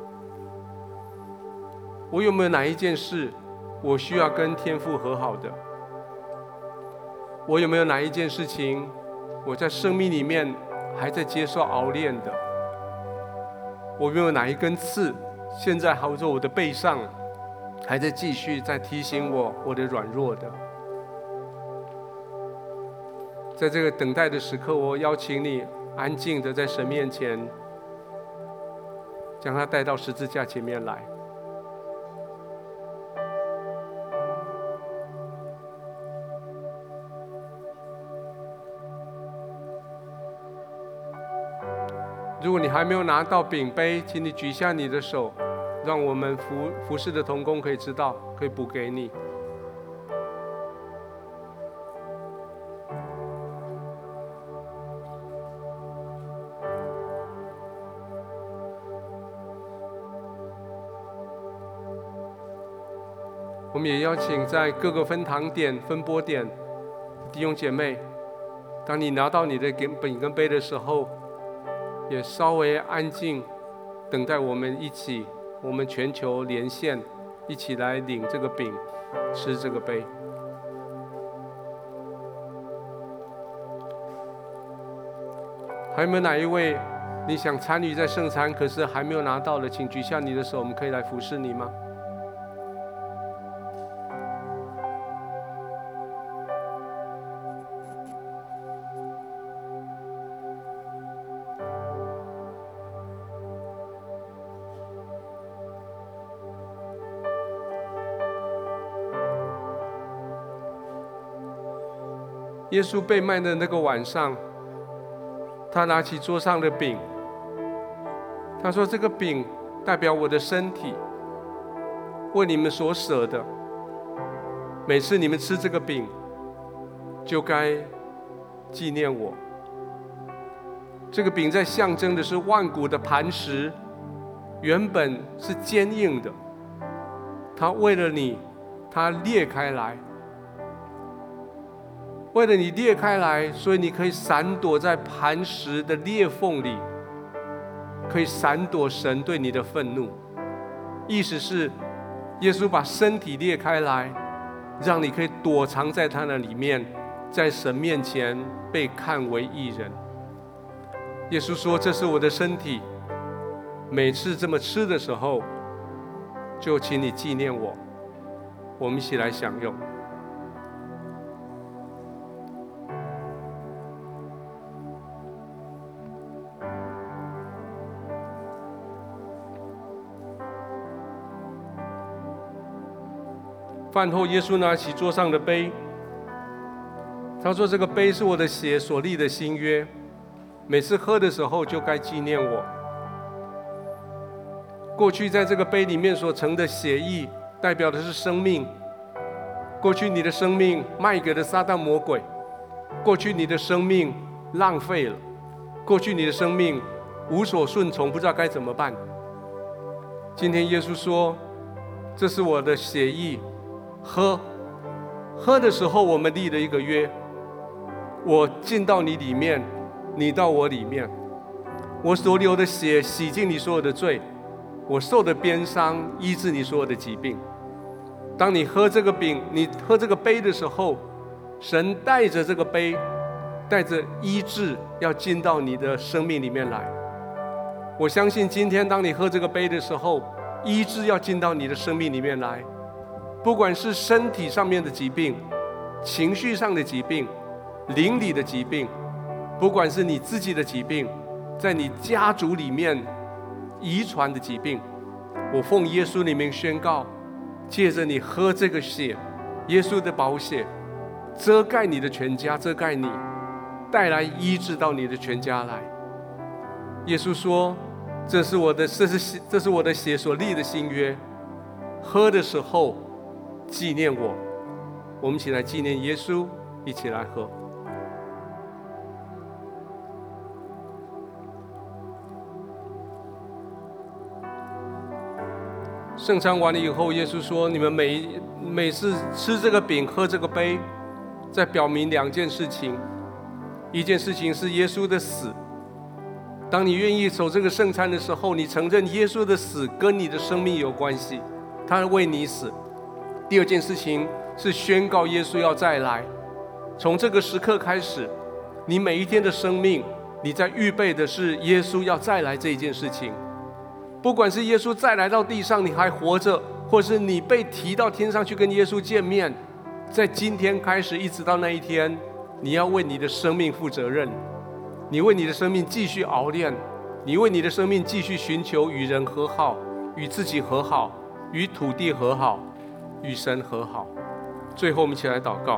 我有没有哪一件事，我需要跟天父和好的？我有没有哪一件事情，我在生命里面还在接受熬炼的？我有没有哪一根刺，现在还在我的背上，还在继续在提醒我我的软弱的？在这个等待的时刻，我邀请你安静的在神面前，将他带到十字架前面来。如果你还没有拿到饼杯，请你举下你的手，让我们服服侍的同工可以知道，可以补给你。 我们也邀请在各个分堂点、分拨点弟兄姐妹，当你拿到你的饼跟杯的时候，也稍微安静，等待我们一起，我们全球连线，一起来领这个饼，吃这个杯。还有没有哪一位你想参与在圣餐，可是还没有拿到的，请举下你的手，我们可以来服侍你吗？耶稣被卖的那个晚上，他拿起桌上的饼，他说：“这个饼代表我的身体，为你们所舍的。每次你们吃这个饼，就该纪念我。”这个饼在象征的是万古的磐石，原本是坚硬的，它为了你，它裂开来。为了你裂开来，所以你可以闪躲在磐石的裂缝里，可以闪躲神对你的愤怒。意思是，耶稣把身体裂开来，让你可以躲藏在他那里面，在神面前被看为义人。耶稣说：“这是我的身体，每次这么吃的时候，就请你纪念我。”我们一起来享用。饭后，耶稣拿起桌上的杯，他说：“这个杯是我的血所立的新约，每次喝的时候就该纪念我。”过去在这个杯里面所盛的血液，代表的是生命。过去你的生命卖给了撒旦魔鬼，过去你的生命浪费了，过去你的生命无所顺从，不知道该怎么办。今天耶稣说：“这是我的血液。”喝，喝的时候，我们立了一个约：我进到你里面，你到我里面。我所流的血洗净你所有的罪，我受的鞭伤医治你所有的疾病。当你喝这个饼，你喝这个杯的时候，神带着这个杯，带着医治要进到你的生命里面来。我相信今天当你喝这个杯的时候，医治要进到你的生命里面来。不管是身体上面的疾病、情绪上的疾病、灵里的疾病，不管是你自己的疾病，在你家族里面遗传的疾病，我奉耶稣的名宣告，借着你喝这个血，耶稣的宝血遮盖你的全家，遮盖你，带来医治到你的全家来。耶稣说：“这是我的，这是这是我的血所立的新约，喝的时候纪念我。”我们一起来纪念耶稣，一起来喝。圣餐完了以后，耶稣说：“你们每每次吃这个饼、喝这个杯，在表明两件事情。一件事情是耶稣的死。当你愿意守这个圣餐的时候，你承认耶稣的死跟你的生命有关系，他为你死。第二件事情是宣告耶稣要再来。从这个时刻开始，你每一天的生命，你在预备的是耶稣要再来这一件事情。不管是耶稣再来到地上，你还活着，或是你被提到天上去跟耶稣见面，在今天开始一直到那一天，你要为你的生命负责任，你为你的生命继续熬炼，你为你的生命继续寻求与人和好，与自己和好，与土地和好，与神和好。最后我们一起来祷告。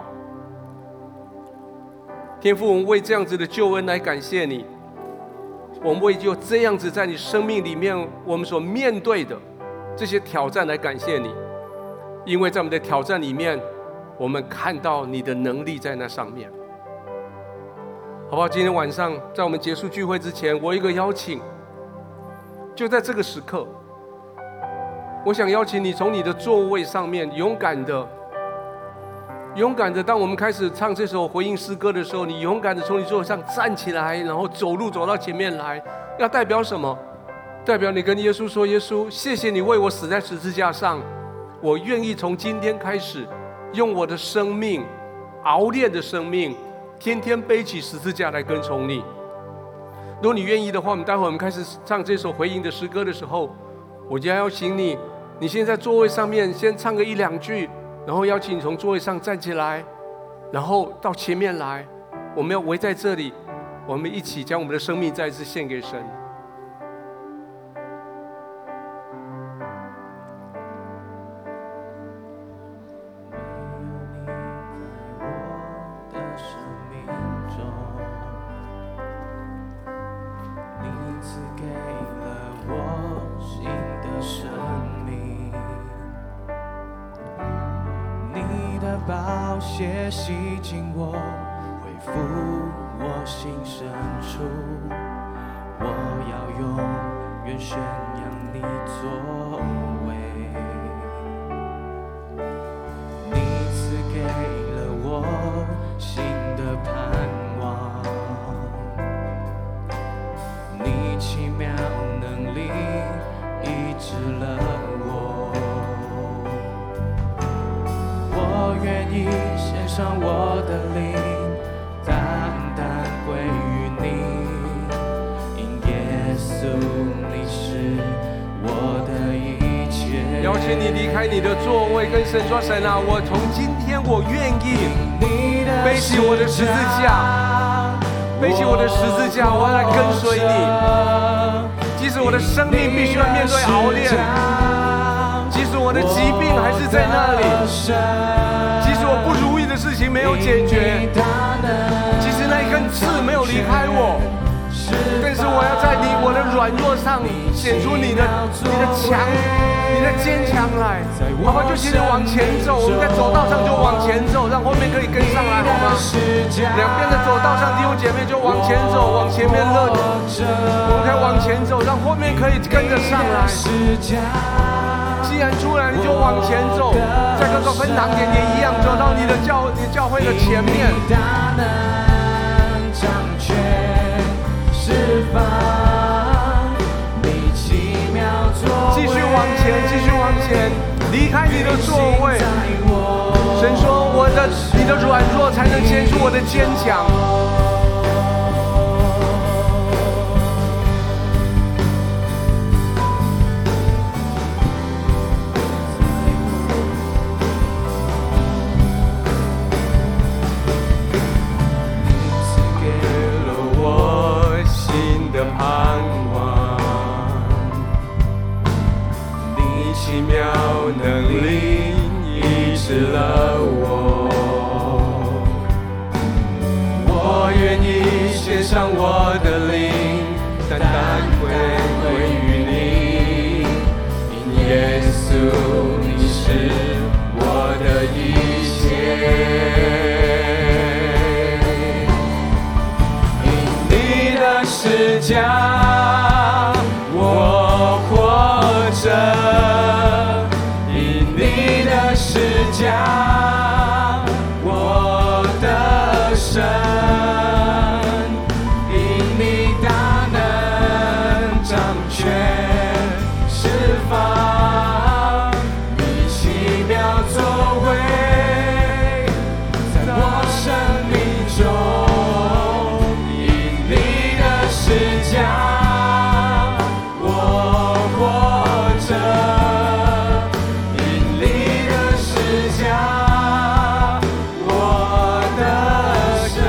天父，我们为这样子的救恩来感谢你，我们为就这样子在你生命里面我们所面对的这些挑战来感谢你，因为在我们的挑战里面，我们看到你的能力在那上面。好不好？今天晚上在我们结束聚会之前，我有一个邀请，就在这个时刻， 我想邀请你从你的座位上面勇敢的、勇敢的，当我们开始唱这首回应诗歌的时候，你勇敢的从你座位上站起来，然后走路走到前面来，要代表什么？代表你跟耶稣说：耶稣，谢谢你为我死在十字架上，我愿意从今天开始，用我的生命熬炼的生命，天天背起十字架来跟从你。如果你愿意的话，我们待会我们开始唱这首回应的诗歌的时候，我就要邀请你，你先在座位上面先唱个一两句，然后邀请你从座位上站起来，然后到前面来，我们要围在这里，我们一起将我们的生命再一次献给神。 宝血洗净我，恢复我心深处。我要永远宣扬你作为。你赐给了我新的盼望，你奇妙能力医治了我。我愿意献上我的灵，单单归于你。因耶稣，你是我的一切。 邀请你离开你的座位，跟神说：神啊，我从今天我愿意背起我的十字架，背起我的十字架，我要来跟随你。即使我的生命必须要面对熬炼，即使我的疾病还是在那里，即使我不如意的事情没有解决，即使那一根刺没有离开我，但是我要在你我的软弱上显出你的你的强，你的坚强来。好吧，就接着往前走，我们在走道上就往前走，让后面可以跟上来，好吗？两边的走道上弟兄姐妹就往前走，往前面乐，我们可以往前走，让后面可以跟着上来。既然出来，你就往前走，在各个分堂点也一样，走到你的教你教会的前面。继续往前，继续往前，离开你的座位。神说：“我的你的软弱才能显出我的坚强。”盼望，你奇妙能力医治了我，我愿意献上我的灵，单单归归于你。因耶稣，你是我的一切。十架，我活着，因你的十架，我得胜，因你大能掌权释放，你奇妙作为，在我生命中。十架，我活着，因你的十架，我得胜，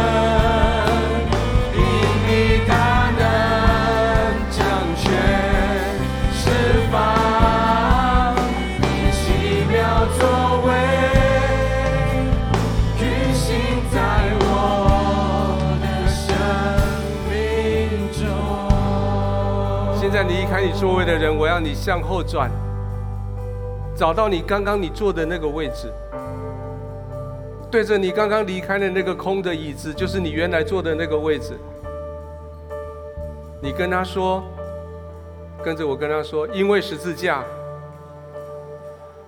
因你大能掌权释放，你奇妙作为，运行在我。现在离开你座位的人，我要你向后转，找到你刚刚你坐的那个位置，对着你刚刚离开的那个空的椅子，就是你原来坐的那个位置。你跟他说，跟着我跟他说，因为十字架，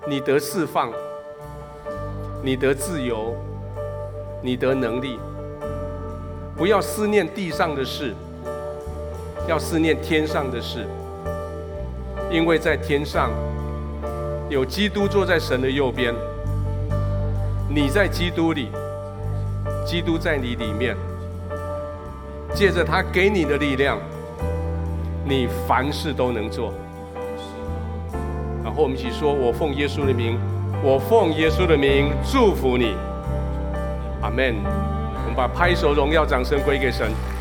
你得释放，你得自由，你得能力。不要思念地上的事，要思念天上的事，因为在天上有基督坐在神的右边，你在基督里，基督在你里面，借着他给你的力量，你凡事都能做。然后我们一起说，我奉耶稣的名，我奉耶稣的名祝福你，阿们。我们把拍手荣耀掌声归给神。